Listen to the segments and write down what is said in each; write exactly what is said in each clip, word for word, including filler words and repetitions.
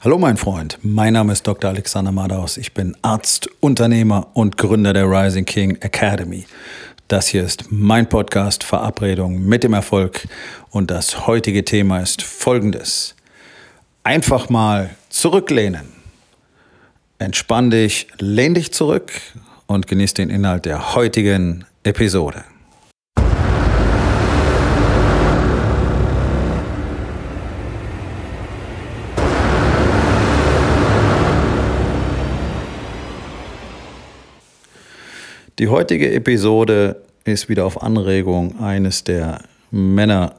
Hallo mein Freund, mein Name ist Doktor Alexander Madaus. Ich bin Arzt, Unternehmer und Gründer der Rising King Academy. Das hier ist mein Podcast Verabredung mit dem Erfolg und das heutige Thema ist folgendes. Einfach mal zurücklehnen. Entspann dich, lehn dich zurück und genieß den Inhalt der heutigen Episode. Die heutige Episode ist wieder auf Anregung eines der Männer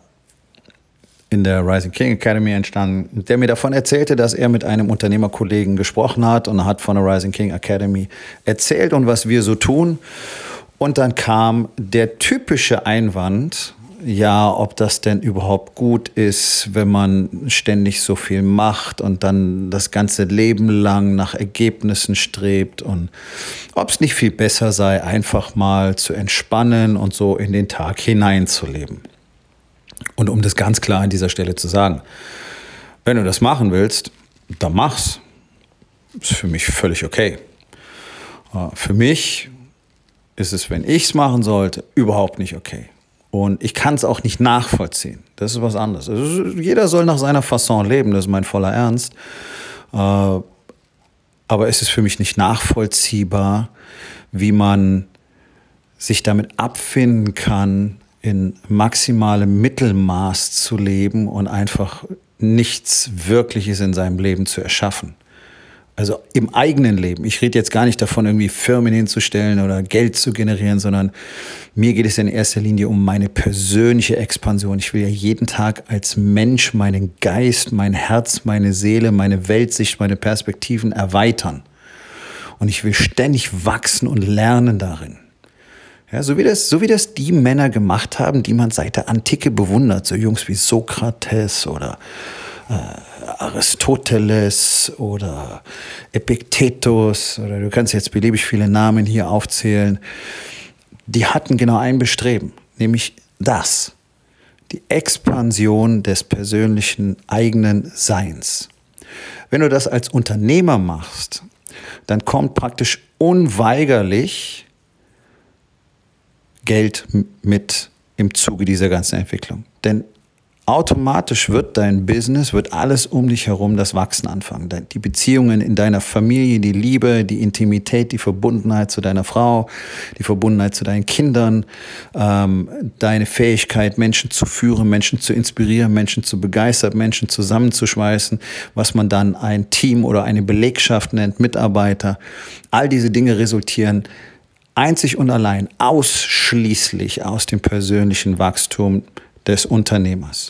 in der Rising King Academy entstanden, der mir davon erzählte, dass er mit einem Unternehmerkollegen gesprochen hat und hat von der Rising King Academy erzählt und was wir so tun. Und dann kam der typische Einwand, ja, ob das denn überhaupt gut ist, wenn man ständig so viel macht und dann das ganze Leben lang nach Ergebnissen strebt und ob es nicht viel besser sei, einfach mal zu entspannen und so in den Tag hineinzuleben. Und um das ganz klar an dieser Stelle zu sagen, wenn du das machen willst, dann mach's. Ist für mich völlig okay. Für mich ist es, wenn ich es machen sollte, überhaupt nicht okay. Und ich kann es auch nicht nachvollziehen. Das ist was anderes. Also jeder soll nach seiner Fasson leben, das ist mein voller Ernst. Äh, aber es ist für mich nicht nachvollziehbar, wie man sich damit abfinden kann, in maximalem Mittelmaß zu leben und einfach nichts Wirkliches in seinem Leben zu erschaffen. Also im eigenen Leben. Ich rede jetzt gar nicht davon, irgendwie Firmen hinzustellen oder Geld zu generieren, sondern mir geht es in erster Linie um meine persönliche Expansion. Ich will ja jeden Tag als Mensch meinen Geist, mein Herz, meine Seele, meine Weltsicht, meine Perspektiven erweitern. Und ich will ständig wachsen und lernen darin. Ja, so wie das, so wie das die Männer gemacht haben, die man seit der Antike bewundert. So Jungs wie Sokrates oder Äh, Aristoteles oder Epiktetus oder du kannst jetzt beliebig viele Namen hier aufzählen, die hatten genau ein Bestreben, nämlich das, die Expansion des persönlichen eigenen Seins. Wenn du das als Unternehmer machst, dann kommt praktisch unweigerlich Geld mit im Zuge dieser ganzen Entwicklung. Denn automatisch wird dein Business, wird alles um dich herum das Wachsen anfangen. Die Beziehungen in deiner Familie, die Liebe, die Intimität, die Verbundenheit zu deiner Frau, die Verbundenheit zu deinen Kindern, ähm, deine Fähigkeit, Menschen zu führen, Menschen zu inspirieren, Menschen zu begeistern, Menschen zusammenzuschweißen, was man dann ein Team oder eine Belegschaft nennt, Mitarbeiter. All diese Dinge resultieren einzig und allein, ausschließlich aus dem persönlichen Wachstum des Unternehmers.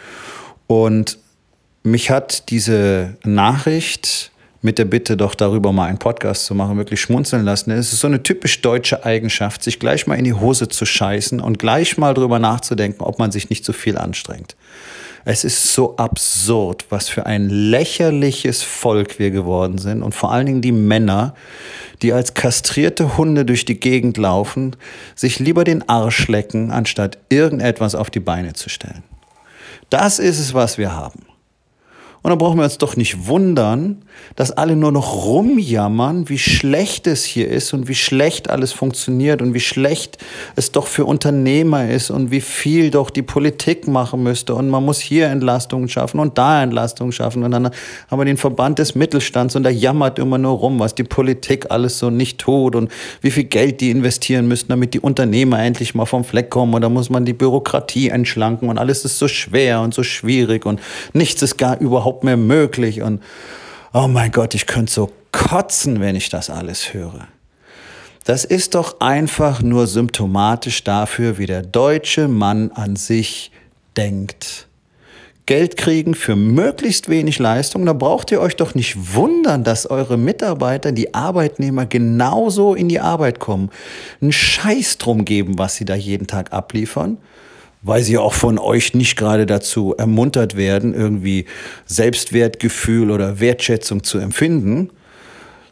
Und mich hat diese Nachricht mit der Bitte, doch darüber mal einen Podcast zu machen, wirklich schmunzeln lassen. Es ist so eine typisch deutsche Eigenschaft, sich gleich mal in die Hose zu scheißen und gleich mal drüber nachzudenken, ob man sich nicht zu viel anstrengt. Es ist so absurd, was für ein lächerliches Volk wir geworden sind und vor allen Dingen die Männer, die als kastrierte Hunde durch die Gegend laufen, sich lieber den Arsch lecken, anstatt irgendetwas auf die Beine zu stellen. Das ist es, was wir haben. Und dann brauchen wir uns doch nicht wundern, dass alle nur noch rumjammern, wie schlecht es hier ist und wie schlecht alles funktioniert und wie schlecht es doch für Unternehmer ist und wie viel doch die Politik machen müsste und man muss hier Entlastungen schaffen und da Entlastungen schaffen und dann haben wir den Verband des Mittelstands und der jammert immer nur rum, was die Politik alles so nicht tut und wie viel Geld die investieren müssten, damit die Unternehmer endlich mal vom Fleck kommen und da muss man die Bürokratie entschlanken und alles ist so schwer und so schwierig und nichts ist gar überhaupt mehr möglich und oh mein Gott, ich könnte so kotzen, wenn ich das alles höre. Das ist doch einfach nur symptomatisch dafür, wie der deutsche Mann an sich denkt. Geld kriegen für möglichst wenig Leistung, da braucht ihr euch doch nicht wundern, dass eure Mitarbeiter, die Arbeitnehmer genauso in die Arbeit kommen, einen Scheiß drum geben, was sie da jeden Tag abliefern, weil sie auch von euch nicht gerade dazu ermuntert werden, irgendwie Selbstwertgefühl oder Wertschätzung zu empfinden.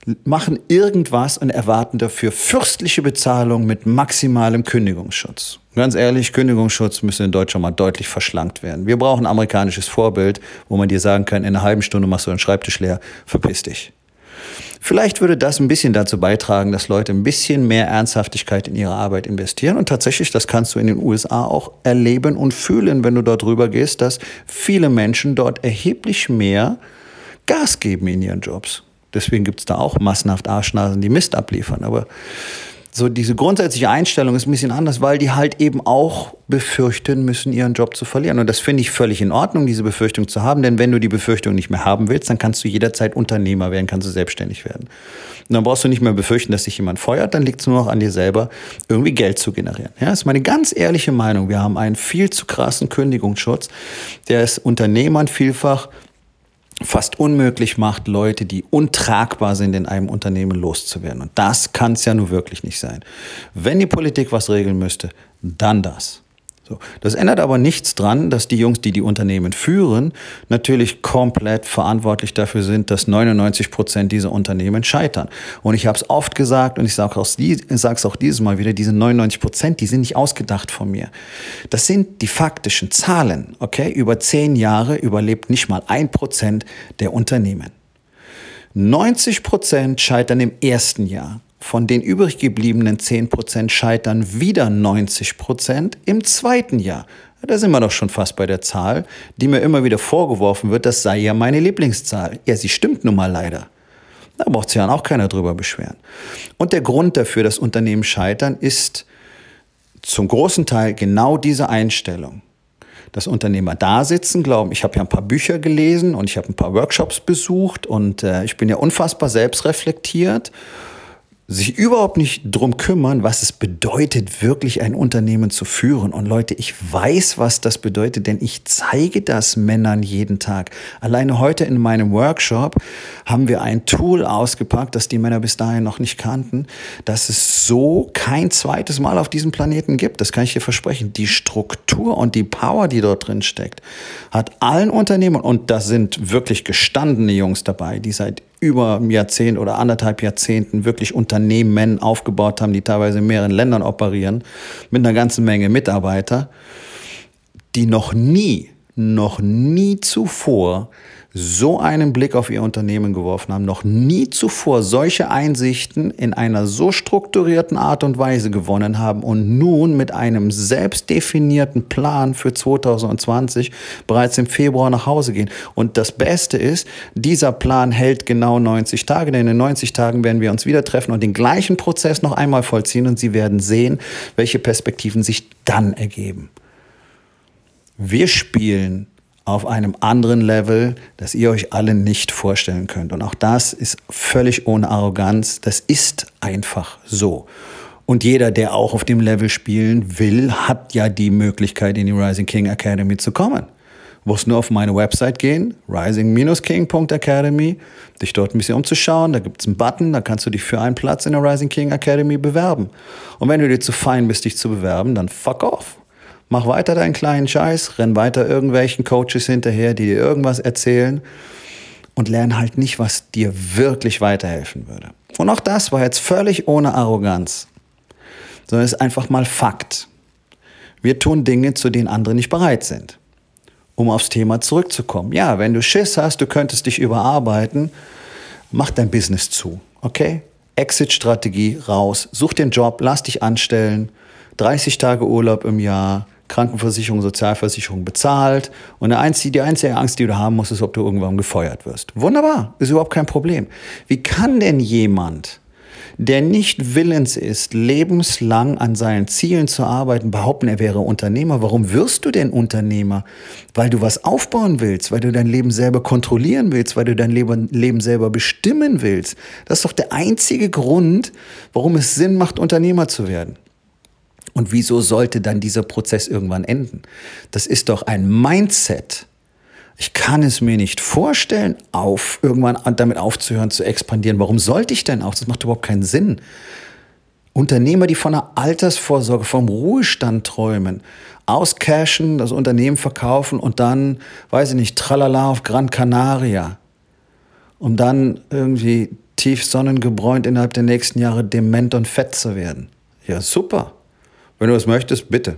machen irgendwas und erwarten dafür fürstliche Bezahlung mit maximalem Kündigungsschutz. Ganz ehrlich, Kündigungsschutz müsste in Deutschland mal deutlich verschlankt werden. Wir brauchen ein amerikanisches Vorbild, wo man dir sagen kann, in einer halben Stunde machst du den Schreibtisch leer, verpiss dich. Vielleicht würde das ein bisschen dazu beitragen, dass Leute ein bisschen mehr Ernsthaftigkeit in ihre Arbeit investieren. Und tatsächlich, das kannst du in den U S A auch erleben und fühlen, wenn du dort rüber gehst, dass viele Menschen dort erheblich mehr Gas geben in ihren Jobs. Deswegen gibt es da auch massenhaft Arschnasen, die Mist abliefern. Aber so diese grundsätzliche Einstellung ist ein bisschen anders, weil die halt eben auch befürchten müssen, ihren Job zu verlieren. Und das finde ich völlig in Ordnung, diese Befürchtung zu haben. Denn wenn du die Befürchtung nicht mehr haben willst, dann kannst du jederzeit Unternehmer werden, kannst du selbstständig werden. Und dann brauchst du nicht mehr befürchten, dass sich jemand feuert. Dann liegt es nur noch an dir selber, irgendwie Geld zu generieren. Ja, das ist meine ganz ehrliche Meinung. Wir haben einen viel zu krassen Kündigungsschutz, der es Unternehmern vielfach fast unmöglich macht, Leute, die untragbar sind, in einem Unternehmen loszuwerden. Und das kann es ja nun wirklich nicht sein. Wenn die Politik was regeln müsste, dann das. So. Das ändert aber nichts dran, dass die Jungs, die die Unternehmen führen, natürlich komplett verantwortlich dafür sind, dass neunundneunzig Prozent dieser Unternehmen scheitern. Und ich habe es oft gesagt und ich sage es auch dieses Mal wieder, diese neunundneunzig Prozent, die sind nicht ausgedacht von mir. Das sind die faktischen Zahlen. Okay? Über zehn Jahre überlebt nicht mal ein Prozent der Unternehmen. neunzig Prozent scheitern im ersten Jahr. Von den übrig gebliebenen zehn Prozent scheitern wieder neunzig Prozent im zweiten Jahr. Da sind wir doch schon fast bei der Zahl, die mir immer wieder vorgeworfen wird, das sei ja meine Lieblingszahl. Ja, sie stimmt nun mal leider. Da braucht sich ja auch keiner drüber beschweren. Und der Grund dafür, dass Unternehmen scheitern, ist zum großen Teil genau diese Einstellung. Dass Unternehmer da sitzen, glauben, ich habe ja ein paar Bücher gelesen und ich habe ein paar Workshops besucht und äh, ich bin ja unfassbar selbstreflektiert, sich überhaupt nicht drum kümmern, was es bedeutet, wirklich ein Unternehmen zu führen. Und Leute, ich weiß, was das bedeutet, denn ich zeige das Männern jeden Tag. Alleine heute in meinem Workshop haben wir ein Tool ausgepackt, das die Männer bis dahin noch nicht kannten, dass es so kein zweites Mal auf diesem Planeten gibt. Das kann ich dir versprechen. Die Struktur und die Power, die dort drin steckt, hat allen Unternehmern, und da sind wirklich gestandene Jungs dabei, die seit über ein Jahrzehnt oder anderthalb Jahrzehnten wirklich Unternehmen aufgebaut haben, die teilweise in mehreren Ländern operieren, mit einer ganzen Menge Mitarbeiter, die noch nie, noch nie zuvor so einen Blick auf ihr Unternehmen geworfen haben, noch nie zuvor solche Einsichten in einer so strukturierten Art und Weise gewonnen haben und nun mit einem selbst definierten Plan für zwanzig zwanzig bereits im Februar nach Hause gehen. Und das Beste ist, dieser Plan hält genau neunzig Tage, denn in neunzig Tagen werden wir uns wieder treffen und den gleichen Prozess noch einmal vollziehen und Sie werden sehen, welche Perspektiven sich dann ergeben. Wir spielen auf einem anderen Level, das ihr euch alle nicht vorstellen könnt. Und auch das ist völlig ohne Arroganz. Das ist einfach so. Und jeder, der auch auf dem Level spielen will, hat ja die Möglichkeit, in die Rising King Academy zu kommen. Du musst nur auf meine Website gehen, rising Bindestrich king Punkt academy, dich dort ein bisschen umzuschauen. Da gibt es einen Button, da kannst du dich für einen Platz in der Rising King Academy bewerben. Und wenn du dir zu fein bist, dich zu bewerben, dann fuck off. Mach weiter deinen kleinen Scheiß, renn weiter irgendwelchen Coaches hinterher, die dir irgendwas erzählen und lern halt nicht, was dir wirklich weiterhelfen würde. Und auch das war jetzt völlig ohne Arroganz, sondern ist einfach mal Fakt. Wir tun Dinge, zu denen andere nicht bereit sind. Um aufs Thema zurückzukommen. Ja, wenn du Schiss hast, du könntest dich überarbeiten, mach dein Business zu, okay? Exit-Strategie raus, such den Job, lass dich anstellen, dreißig Tage Urlaub im Jahr, Krankenversicherung, Sozialversicherung bezahlt. Und die einzige, die einzige Angst, die du haben musst, ist, ob du irgendwann gefeuert wirst. Wunderbar, ist überhaupt kein Problem. Wie kann denn jemand, der nicht willens ist, lebenslang an seinen Zielen zu arbeiten, behaupten, er wäre Unternehmer? Warum wirst du denn Unternehmer? Weil du was aufbauen willst, weil du dein Leben selber kontrollieren willst, weil du dein Leben selber bestimmen willst. Das ist doch der einzige Grund, warum es Sinn macht, Unternehmer zu werden. Und wieso sollte dann dieser Prozess irgendwann enden? Das ist doch ein Mindset. Ich kann es mir nicht vorstellen, auf, irgendwann damit aufzuhören, zu expandieren. Warum sollte ich denn auch? Das macht überhaupt keinen Sinn. Unternehmer, die von einer Altersvorsorge, vom Ruhestand träumen, auscashen, das Unternehmen verkaufen und dann, weiß ich nicht, tralala auf Gran Canaria, um dann irgendwie tief sonnengebräunt innerhalb der nächsten Jahre dement und fett zu werden. Ja, super. Wenn du es möchtest, bitte.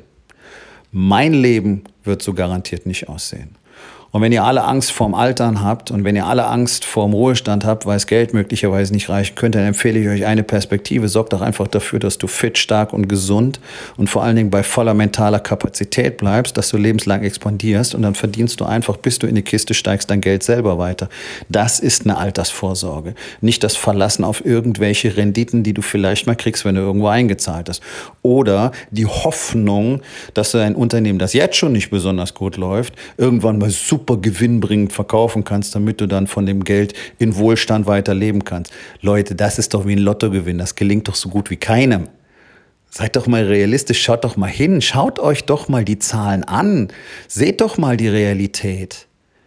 Mein Leben wird so garantiert nicht aussehen. Und wenn ihr alle Angst vorm Altern habt und wenn ihr alle Angst vorm Ruhestand habt, weil das Geld möglicherweise nicht reichen könnte, dann empfehle ich euch eine Perspektive. Sorgt doch einfach dafür, dass du fit, stark und gesund und vor allen Dingen bei voller mentaler Kapazität bleibst, dass du lebenslang expandierst und dann verdienst du einfach, bis du in die Kiste steigst, dein Geld selber weiter. Das ist eine Altersvorsorge. Nicht das Verlassen auf irgendwelche Renditen, die du vielleicht mal kriegst, wenn du irgendwo eingezahlt hast. Oder die Hoffnung, dass du ein Unternehmen, das jetzt schon nicht besonders gut läuft, irgendwann mal super super gewinnbringend verkaufen kannst, damit du dann von dem Geld in Wohlstand weiter leben kannst. Leute, das ist doch wie ein Lottogewinn. Das gelingt doch so gut wie keinem. Seid doch mal realistisch, schaut doch mal hin, schaut euch doch mal die Zahlen an. Seht doch mal die Realität.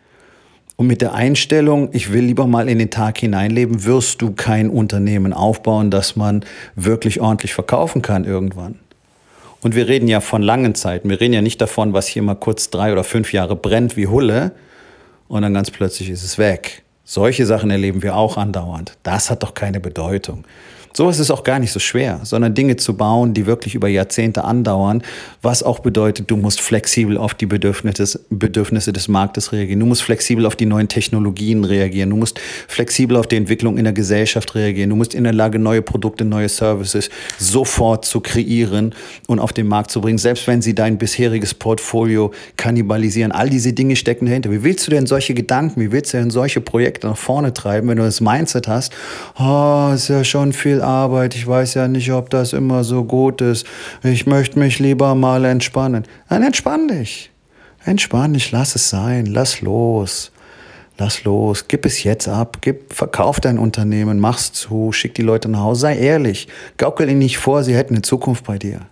Und mit der Einstellung, ich will lieber mal in den Tag hineinleben, wirst du kein Unternehmen aufbauen, das man wirklich ordentlich verkaufen kann irgendwann. Und wir reden ja von langen Zeiten. Wir reden ja nicht davon, was hier mal kurz drei oder fünf Jahre brennt wie Hulle und dann ganz plötzlich ist es weg. Solche Sachen erleben wir auch andauernd. Das hat doch keine Bedeutung. Sowas ist auch gar nicht so schwer, sondern Dinge zu bauen, die wirklich über Jahrzehnte andauern, was auch bedeutet, du musst flexibel auf die Bedürfnisse, Bedürfnisse des Marktes reagieren. Du musst flexibel auf die neuen Technologien reagieren. Du musst flexibel auf die Entwicklung in der Gesellschaft reagieren. Du musst in der Lage, neue Produkte, neue Services sofort zu kreieren und auf den Markt zu bringen, selbst wenn sie dein bisheriges Portfolio kannibalisieren. All diese Dinge stecken dahinter. Wie willst du denn solche Gedanken, wie willst du denn solche Projekte nach vorne treiben, wenn du das Mindset hast, oh, ist ja schon viel Arbeit, ich weiß ja nicht, ob das immer so gut ist, ich möchte mich lieber mal entspannen. Dann entspann dich. Entspann dich, lass es sein, lass los. Lass los, gib es jetzt ab, gib, verkauf dein Unternehmen, mach's zu, schick die Leute nach Hause, sei ehrlich. Gaukel ihnen nicht vor, sie hätten eine Zukunft bei dir.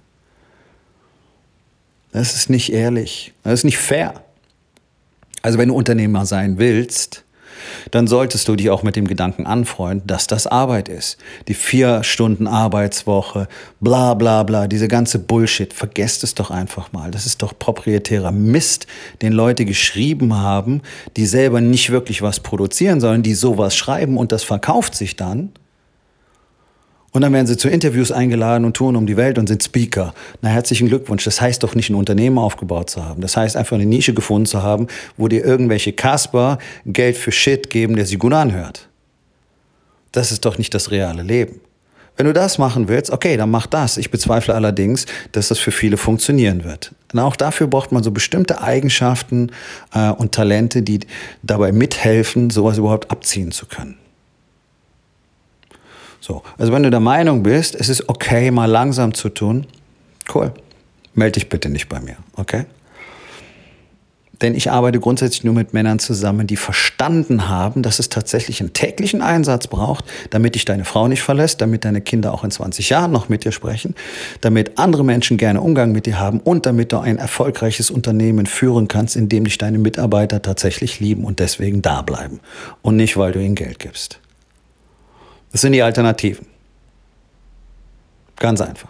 Das ist nicht ehrlich, das ist nicht fair. Also wenn du Unternehmer sein willst, dann solltest du dich auch mit dem Gedanken anfreunden, dass das Arbeit ist. Die vier Stunden Arbeitswoche, bla bla bla, diese ganze Bullshit, vergesst es doch einfach mal. Das ist doch proprietärer Mist, den Leute geschrieben haben, die selber nicht wirklich was produzieren, sondern die sowas schreiben und das verkauft sich dann. Und dann werden sie zu Interviews eingeladen und touren um die Welt und sind Speaker. Na, herzlichen Glückwunsch. Das heißt doch nicht, ein Unternehmen aufgebaut zu haben. Das heißt einfach eine Nische gefunden zu haben, wo dir irgendwelche Kasper Geld für Shit geben, der sich gut anhört. Das ist doch nicht das reale Leben. Wenn du das machen willst, okay, dann mach das. Ich bezweifle allerdings, dass das für viele funktionieren wird. Und auch dafür braucht man so bestimmte Eigenschaften äh, und Talente, die dabei mithelfen, sowas überhaupt abziehen zu können. So, also wenn du der Meinung bist, es ist okay, mal langsam zu tun, cool, melde dich bitte nicht bei mir, okay? Denn ich arbeite grundsätzlich nur mit Männern zusammen, die verstanden haben, dass es tatsächlich einen täglichen Einsatz braucht, damit dich deine Frau nicht verlässt, damit deine Kinder auch in zwanzig Jahren noch mit dir sprechen, damit andere Menschen gerne Umgang mit dir haben und damit du ein erfolgreiches Unternehmen führen kannst, in dem dich deine Mitarbeiter tatsächlich lieben und deswegen da bleiben und nicht, weil du ihnen Geld gibst. Das sind die Alternativen. Ganz einfach.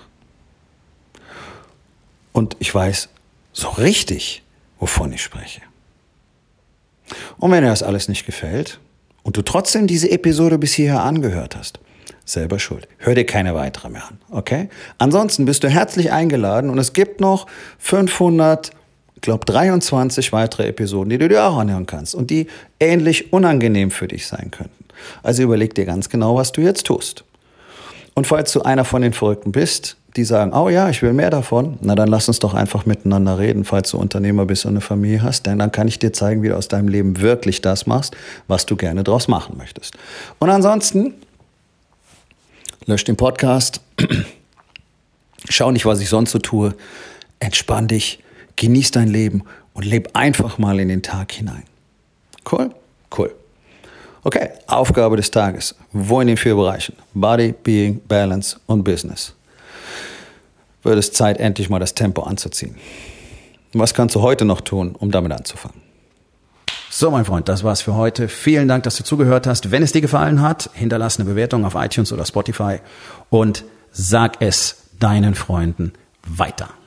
Und ich weiß so richtig, wovon ich spreche. Und wenn dir das alles nicht gefällt und du trotzdem diese Episode bis hierher angehört hast, selber schuld. Hör dir keine weitere mehr an, okay? Ansonsten bist du herzlich eingeladen und es gibt noch fünfhundert, ich glaube dreiundzwanzig weitere Episoden, die du dir auch anhören kannst und die ähnlich unangenehm für dich sein könnten. Also überleg dir ganz genau, was du jetzt tust. Und falls du einer von den Verrückten bist, die sagen, oh ja, ich will mehr davon, na dann lass uns doch einfach miteinander reden, falls du Unternehmer bist und eine Familie hast, denn dann kann ich dir zeigen, wie du aus deinem Leben wirklich das machst, was du gerne draus machen möchtest. Und ansonsten, lösch den Podcast, schau nicht, was ich sonst so tue, entspann dich, genieß dein Leben und leb einfach mal in den Tag hinein. Cool? Cool. Okay, Aufgabe des Tages. Wo in den vier Bereichen? Body, Being, Balance und Business. Wird es Zeit, endlich mal das Tempo anzuziehen. Was kannst du heute noch tun, um damit anzufangen? So, mein Freund, das war's für heute. Vielen Dank, dass du zugehört hast. Wenn es dir gefallen hat, hinterlass eine Bewertung auf iTunes oder Spotify und sag es deinen Freunden weiter.